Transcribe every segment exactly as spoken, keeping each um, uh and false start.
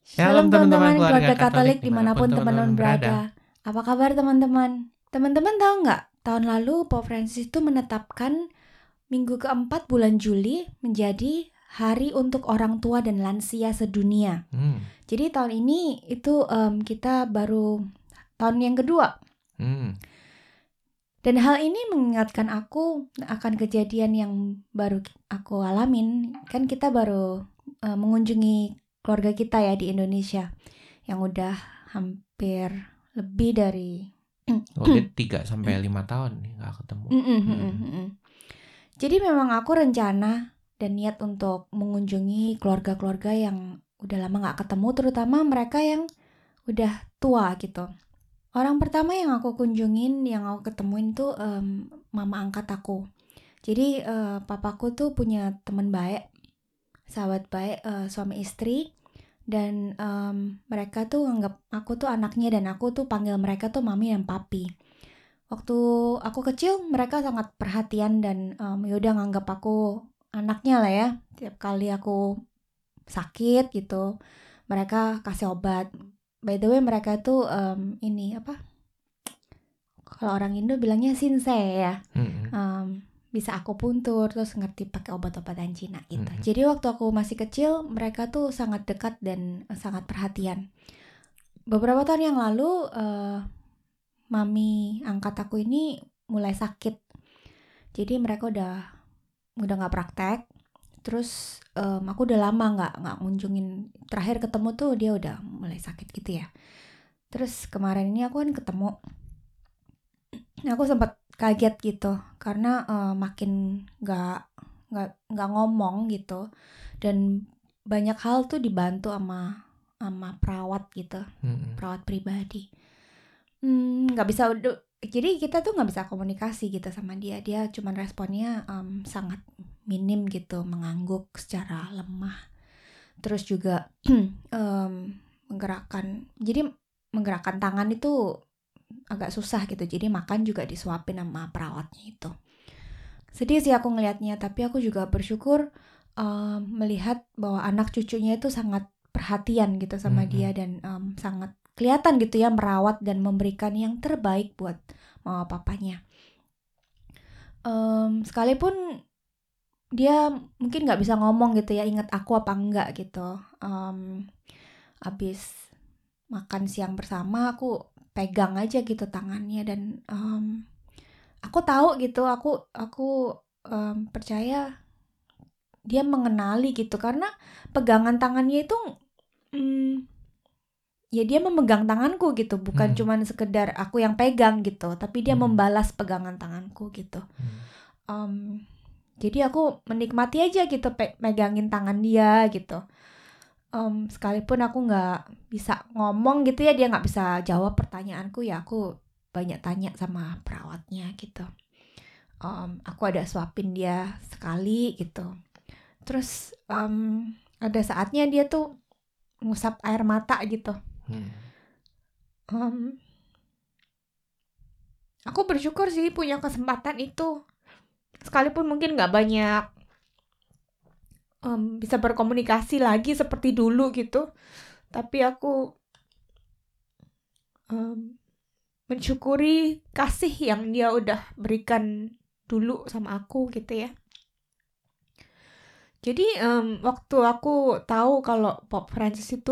Shalom Shalom teman-teman teman-teman keluarga keluarga Katolik Katolik dimanapun teman-teman berada. Apa kabar teman-teman? Teman-teman tahu nggak? Tahun lalu Pope Francis itu menetapkan minggu keempat bulan Juli menjadi Hari untuk Orang Tua dan Lansia Sedunia. Hmm. Jadi tahun ini itu um, kita baru tahun yang kedua. Hmm. Dan hal ini mengingatkan aku akan kejadian yang baru aku alamin. Kan kita baru uh, mengunjungi keluarga kita ya di Indonesia yang udah hampir lebih dari Oh, dia tiga sampai lima tahun nih nggak ketemu. Mm, mm, mm, Hmm. mm, mm. Jadi memang aku rencana dan niat untuk mengunjungi keluarga-keluarga yang udah lama nggak ketemu, terutama mereka yang udah tua gitu. Orang pertama yang aku kunjungin, yang aku ketemuin tuh um, mama angkat aku. Jadi uh, papaku tuh punya teman baik, sahabat baik, uh, suami istri. Dan um, mereka tuh anggap aku tuh anaknya, dan aku tuh panggil mereka tuh mami dan papi. Waktu aku kecil mereka sangat perhatian dan um, yaudah nganggap aku anaknya lah ya. Tiap kali aku sakit gitu mereka kasih obat. By the way mereka tuh um, ini apa, kalau orang Indo bilangnya sinsei ya. Hmm. um, bisa aku puntur, terus ngerti pakai obat-obatan Cina gitu. Hmm. Jadi waktu aku masih kecil mereka tuh sangat dekat dan sangat perhatian. Beberapa tahun yang lalu uh, mami angkat aku ini mulai sakit. Jadi mereka udah udah nggak praktek. Terus um, aku udah lama nggak nggak ngunjungin. Terakhir ketemu tuh dia udah mulai sakit gitu ya. Terus kemarin ini aku kan ketemu. Aku sempat kaget gitu karena uh, makin nggak nggak nggak ngomong gitu, dan banyak hal tuh dibantu sama sama perawat gitu, Hmm. perawat pribadi. Hmm, nggak bisa udah. Jadi kita tuh nggak bisa komunikasi gitu sama dia. Dia cuman responnya um, sangat minim gitu, mengangguk secara lemah. Terus juga um, menggerakkan, jadi menggerakkan tangan itu agak susah gitu. Jadi makan juga disuapin sama perawatnya itu. Sedih sih aku ngelihatnya, tapi aku juga bersyukur um, melihat bahwa anak cucunya itu sangat perhatian gitu sama Hmm. dia, dan um, sangat kelihatan gitu ya merawat dan memberikan yang terbaik buat mama papanya. Um, sekalipun dia mungkin nggak bisa ngomong gitu ya, ingat aku apa enggak gitu. Um, abis makan siang bersama aku pegang aja gitu tangannya, dan um, aku tahu gitu, aku aku um, percaya dia mengenali gitu, karena pegangan tangannya itu um, ya dia memegang tanganku gitu, bukan Hmm. cuman sekedar aku yang pegang gitu, tapi dia Hmm. membalas pegangan tanganku gitu. Hmm. Um, jadi aku menikmati aja gitu pe- megangin tangan dia gitu. Um, sekalipun aku nggak bisa ngomong gitu ya, dia nggak bisa jawab pertanyaanku, ya aku banyak tanya sama perawatnya gitu. Um, aku ada suapin dia sekali gitu. Terus um, ada saatnya dia tuh ngusap air mata gitu. Hmm. Um, aku bersyukur sih punya kesempatan itu. Sekalipun mungkin nggak banyak um, bisa berkomunikasi lagi seperti dulu gitu, tapi aku um, mensyukuri kasih yang dia udah berikan dulu sama aku gitu ya. Jadi um, waktu aku tahu kalau Pope Francis itu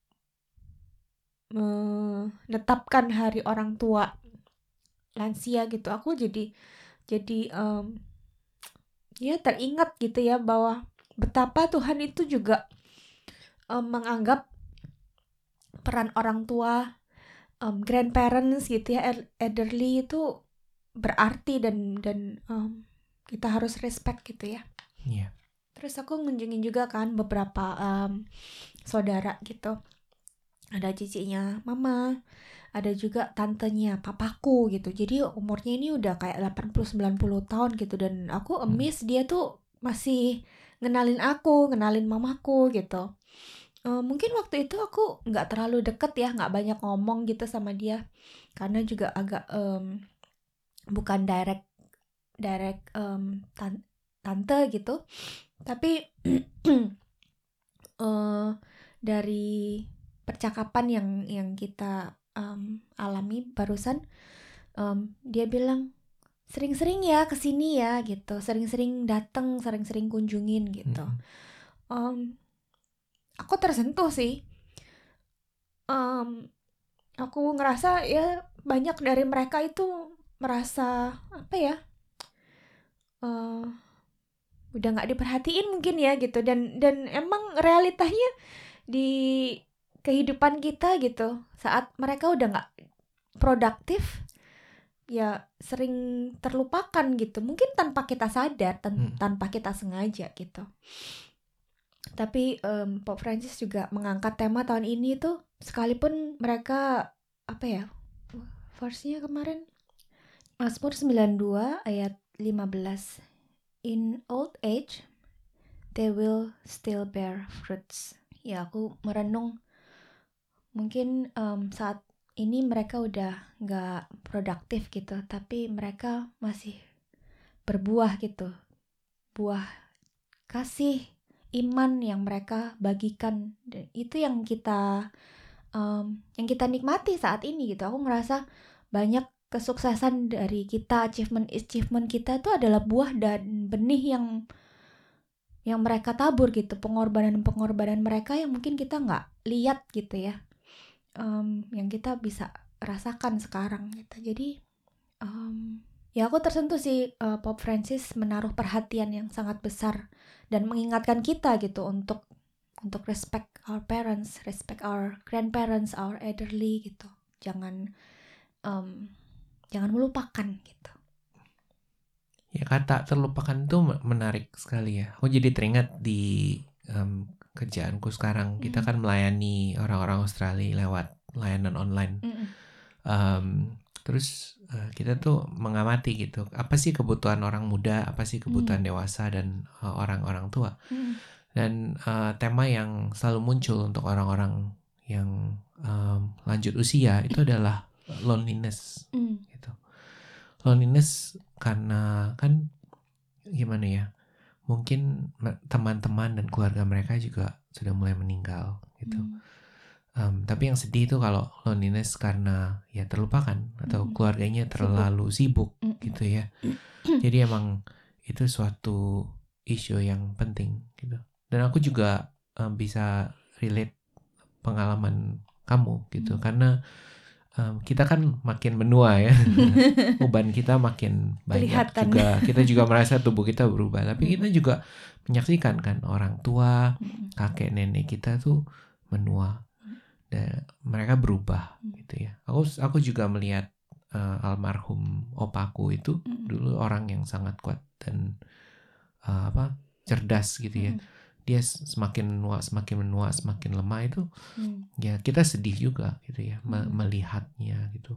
menetapkan Hari Orang Tua Lansia gitu, aku jadi jadi um, ya teringat gitu ya bahwa betapa Tuhan itu juga um, menganggap peran orang tua, um, grandparents gitu ya, elderly itu berarti, dan dan um, kita harus respect gitu ya. Yeah. Terus aku ngunjungin juga kan beberapa um, saudara gitu. Ada cicinya mama, ada juga tantenya papaku gitu. Jadi umurnya ini udah kayak delapan puluh sembilan puluh tahun gitu, dan aku amazed dia tuh masih ngenalin aku, ngenalin mamaku gitu. Uh, mungkin waktu itu aku nggak terlalu deket ya, nggak banyak ngomong gitu sama dia karena juga agak um, bukan direct direct um, tan- tante gitu. Tapi uh, dari percakapan yang yang kita um, alami barusan, um, dia bilang sering-sering ya kesini ya gitu, sering-sering datang, sering-sering kunjungin gitu. Mm-mm. Um, aku tersentuh sih. Um, aku ngerasa ya banyak dari mereka itu merasa apa ya, uh, udah nggak diperhatiin mungkin ya gitu, dan dan emang realitanya di kehidupan kita gitu, saat mereka udah nggak produktif ya sering terlupakan gitu, mungkin tanpa kita sadar, tan- Hmm. tanpa kita sengaja gitu. Tapi um, Pope Francis juga mengangkat tema tahun ini tuh, sekalipun mereka apa ya, verse-nya kemarin Mazmur sembilan puluh dua ayat lima belas, in old age they will still bear fruits. Ya, aku merenung mungkin um, saat ini mereka udah nggak produktif gitu, tapi mereka masih berbuah gitu, buah kasih iman yang mereka bagikan. Dan itu yang kita um, yang kita nikmati saat ini gitu. Aku ngerasa banyak kesuksesan dari kita, achievement achievement kita itu adalah buah dan benih yang yang mereka tabur gitu, pengorbanan-pengorbanan mereka yang mungkin kita nggak lihat gitu ya, um, yang kita bisa rasakan sekarang gitu. Jadi um, ya aku tersentuh sih, uh, Pope Francis menaruh perhatian yang sangat besar dan mengingatkan kita gitu untuk untuk respect our parents, respect our grandparents, our elderly gitu. Jangan um, jangan melupakan gitu. Ya, kata terlupakan itu menarik sekali ya. Aku jadi teringat di um, kerjaanku sekarang. Kita Mm. kan melayani orang-orang Australia lewat layanan online. Mm-mm. Um, terus uh, kita tuh mengamati gitu, apa sih kebutuhan orang muda, apa sih kebutuhan dewasa dan uh, orang-orang tua. Mm. Dan uh, tema yang selalu muncul untuk orang-orang yang um, lanjut usia itu adalah loneliness. Mm. Gitu. Loneliness karena kan gimana ya, mungkin teman-teman dan keluarga mereka juga sudah mulai meninggal gitu. Mm. Um, tapi yang sedih itu kalau loneliness karena ya terlupakan atau Mm. keluarganya terlalu sibuk, Mm. gitu ya. Jadi emang itu suatu isu yang penting gitu. Dan aku juga um, bisa relate pengalaman kamu gitu, Mm. karena Um, kita kan makin menua ya, beban kita makin banyak. Kelihatan. Juga kita juga merasa tubuh kita berubah, tapi kita juga menyaksikan kan orang tua, kakek nenek kita tuh menua dan mereka berubah gitu ya. Aku aku juga melihat uh, almarhum opaku itu dulu orang yang sangat kuat dan uh, apa cerdas gitu ya. Dia semakin menua, semakin menua, semakin lemah itu, hmm. ya kita sedih juga gitu ya, me- hmm. melihatnya gitu.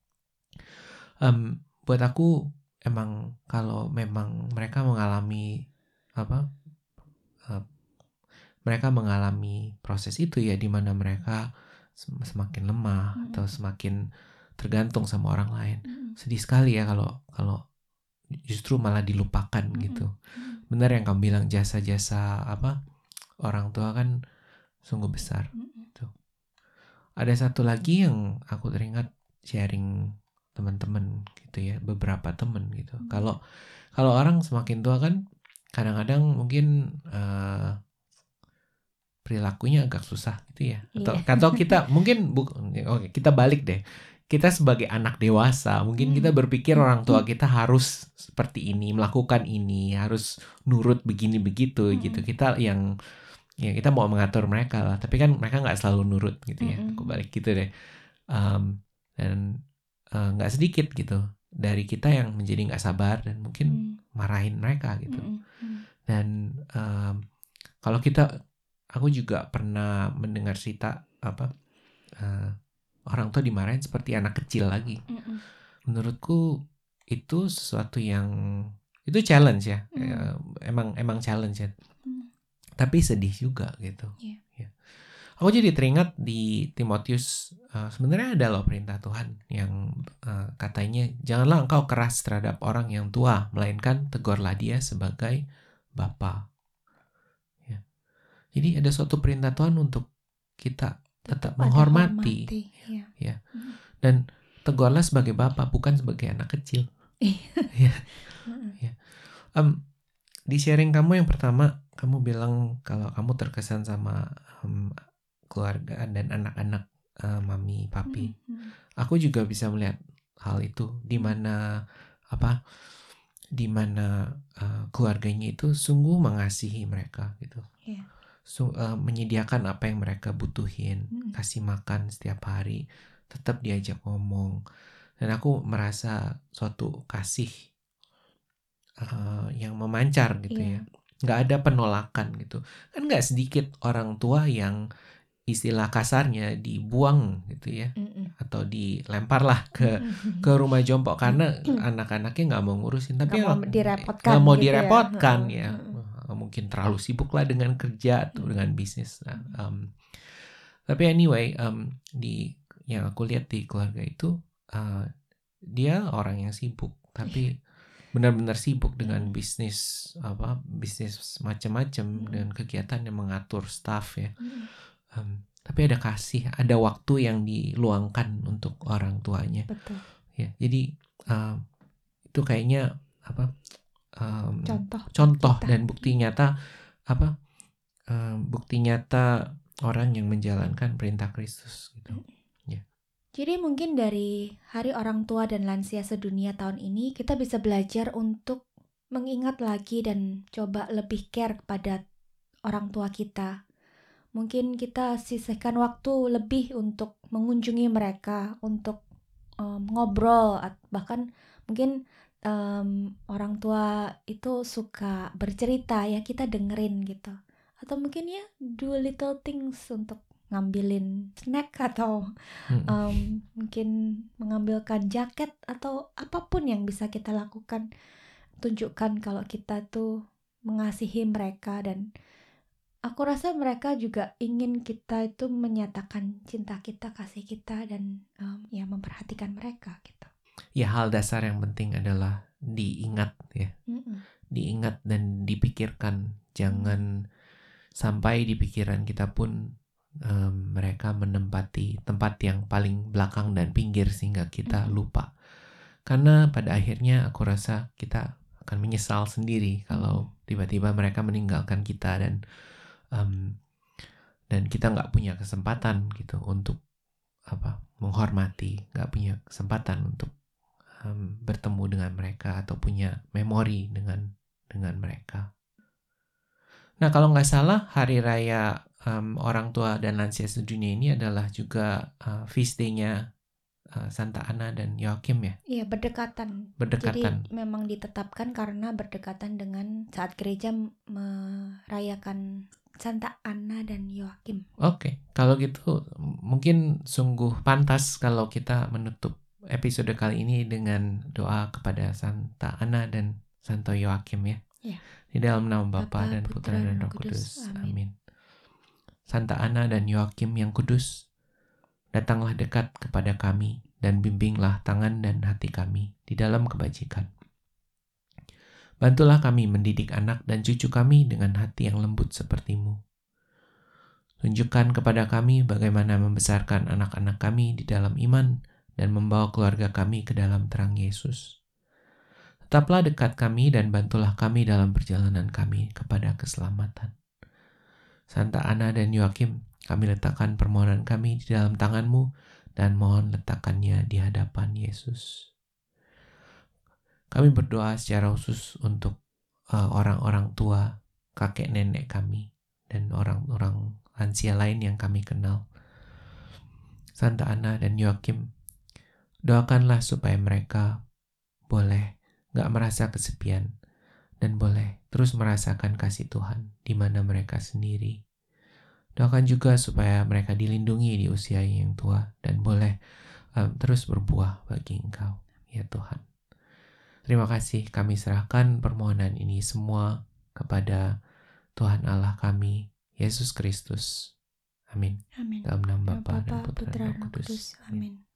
Um, buat aku emang kalau memang mereka mengalami apa, uh, mereka mengalami proses itu ya, di mana mereka semakin lemah hmm. atau semakin tergantung sama orang lain. Hmm. Sedih sekali ya kalau kalau justru malah dilupakan hmm. gitu. Hmm. Benar yang kamu bilang, jasa-jasa apa orang tua kan sungguh besar. Gitu. Ada satu lagi yang aku teringat sharing teman-teman gitu ya, beberapa teman gitu. Mm. Kalau kalau orang semakin tua kan kadang-kadang mungkin uh, perilakunya agak susah gitu ya. Atau yeah. atau kita mungkin bu, oke kita balik deh. Kita sebagai anak dewasa, mungkin mm. kita berpikir orang tua kita harus seperti ini, melakukan ini, harus nurut begini begitu mm. gitu. Kita yang ya kita mau mengatur mereka lah, tapi kan mereka nggak selalu nurut gitu ya. Mm-hmm. Aku balik gitu deh. Um, dan nggak uh, sedikit gitu dari kita yang menjadi nggak sabar dan mungkin mm. marahin mereka gitu. Mm-hmm. Dan um, kalau kita, aku juga pernah mendengar cerita apa uh, orang tua dimarahin seperti anak kecil lagi. Mm-hmm. Menurutku itu sesuatu yang itu challenge ya. Mm. Uh, emang emang challenge ya. Tapi sedih juga gitu. Yeah. Ya. Aku jadi teringat di Timotius, uh, sebenarnya ada loh perintah Tuhan yang uh, katanya janganlah engkau keras terhadap orang yang tua, melainkan tegurlah dia sebagai bapa. Ya. Jadi ada suatu perintah Tuhan untuk kita tetap ada menghormati. hormati, iya. Ya. Mm. Dan tegurlah sebagai bapak, bukan sebagai anak kecil. Iya. Ya. Ya. Um, di sharing kamu yang pertama, kamu bilang kalau kamu terkesan sama um, keluarga dan anak-anak uh, mami, papi. Mm-mm. Aku juga bisa melihat hal itu, di mana apa, di mana uh, keluarganya itu sungguh mengasihi mereka gitu. Iya. So, uh, menyediakan apa yang mereka butuhin, Mm. kasih makan setiap hari, tetap diajak ngomong. Dan aku merasa suatu kasih uh, yang memancar gitu Iya. ya. Nggak ada penolakan gitu. Kan nggak sedikit orang tua yang istilah kasarnya dibuang gitu ya. Mm-mm. Atau dilemparlah ke Mm-mm. ke rumah jompo karena anak-anaknya nggak mau ngurusin. Tapi Nggak mau ya, direpotkan nggak mau gitu ya. direpotkan ya. Mm-mm. Mungkin terlalu sibuk lah dengan kerja atau Mm-mm. dengan bisnis. Nah, um, tapi anyway, um, di yang aku lihat di keluarga itu uh, dia orang yang sibuk, tapi benar-benar sibuk dengan Mm. bisnis apa bisnis macam-macam Mm. dan kegiatan yang mengatur staff ya. Mm. Um, tapi ada kasih, ada waktu yang diluangkan untuk orang tuanya. Betul. Ya, jadi um, itu kayaknya apa um, Contoh. contoh kita. dan bukti nyata apa um, bukti nyata orang yang menjalankan perintah Kristus gitu. Ya. Jadi mungkin dari Hari Orang Tua dan Lansia Sedunia tahun ini kita bisa belajar untuk mengingat lagi dan coba lebih care kepada orang tua kita. Mungkin kita sisihkan waktu lebih untuk mengunjungi mereka, untuk um, ngobrol, bahkan mungkin um, orang tua itu suka bercerita ya, kita dengerin gitu. Atau mungkin ya do little things untuk ngambilin snack atau um, mungkin mengambilkan jaket atau apapun yang bisa kita lakukan. Tunjukkan kalau kita tuh mengasihi mereka, dan aku rasa mereka juga ingin kita itu menyatakan cinta kita, kasih kita, dan um, ya memperhatikan mereka gitu. Ya, hal dasar yang penting adalah diingat ya. Mm-mm. Diingat dan dipikirkan. Jangan mm. sampai di pikiran kita pun um, mereka menempati tempat yang paling belakang dan pinggir sehingga kita mm. lupa. Karena pada akhirnya aku rasa kita akan menyesal sendiri kalau mm. tiba-tiba mereka meninggalkan kita dan um, dan kita nggak punya kesempatan gitu untuk apa menghormati, nggak punya kesempatan untuk um, bertemu dengan mereka atau punya memori dengan dengan mereka. Nah, kalau nggak salah hari raya um, orang tua dan lansia sedunia ini adalah juga uh, feast day-nya uh, Santa Ana dan Joachim ya? Iya, berdekatan. Berdekatan. Jadi memang ditetapkan karena berdekatan dengan saat gereja merayakan Santa Ana dan Joachim. Oke, okay. Kalau gitu mungkin sungguh pantas kalau kita menutup episode kali ini dengan doa kepada Santa Ana dan Santo Joachim ya. Ya. Di dalam nama Bapa Bapa, dan Putra dan Roh Kudus. Kudus. Amin. Amin. Santa Ana dan Joachim yang kudus, datanglah dekat kepada kami dan bimbinglah tangan dan hati kami di dalam kebajikan. Bantulah kami mendidik anak dan cucu kami dengan hati yang lembut seperti-Mu. Tunjukkan kepada kami bagaimana membesarkan anak-anak kami di dalam iman dan membawa keluarga kami ke dalam terang Yesus. Tetaplah dekat kami dan bantulah kami dalam perjalanan kami kepada keselamatan. Santa Ana dan Joachim, kami letakkan permohonan kami di dalam tangan-Mu dan mohon letakkannya di hadapan Yesus. Kami berdoa secara khusus untuk uh, orang-orang tua, kakek nenek kami, dan orang-orang lansia lain yang kami kenal. Santa Ana dan Joachim, doakanlah supaya mereka boleh gak merasa kesepian dan boleh terus merasakan kasih Tuhan di mana mereka sendiri. Doakan juga supaya mereka dilindungi di usia yang tua dan boleh um, terus berbuah bagi Engkau, ya Tuhan. Terima kasih, kami serahkan permohonan ini semua kepada Tuhan Allah kami, Yesus Kristus. Amin. Amin. Dalam nama Bapa Bapa, dan Putra dan Roh Kudus. Amin.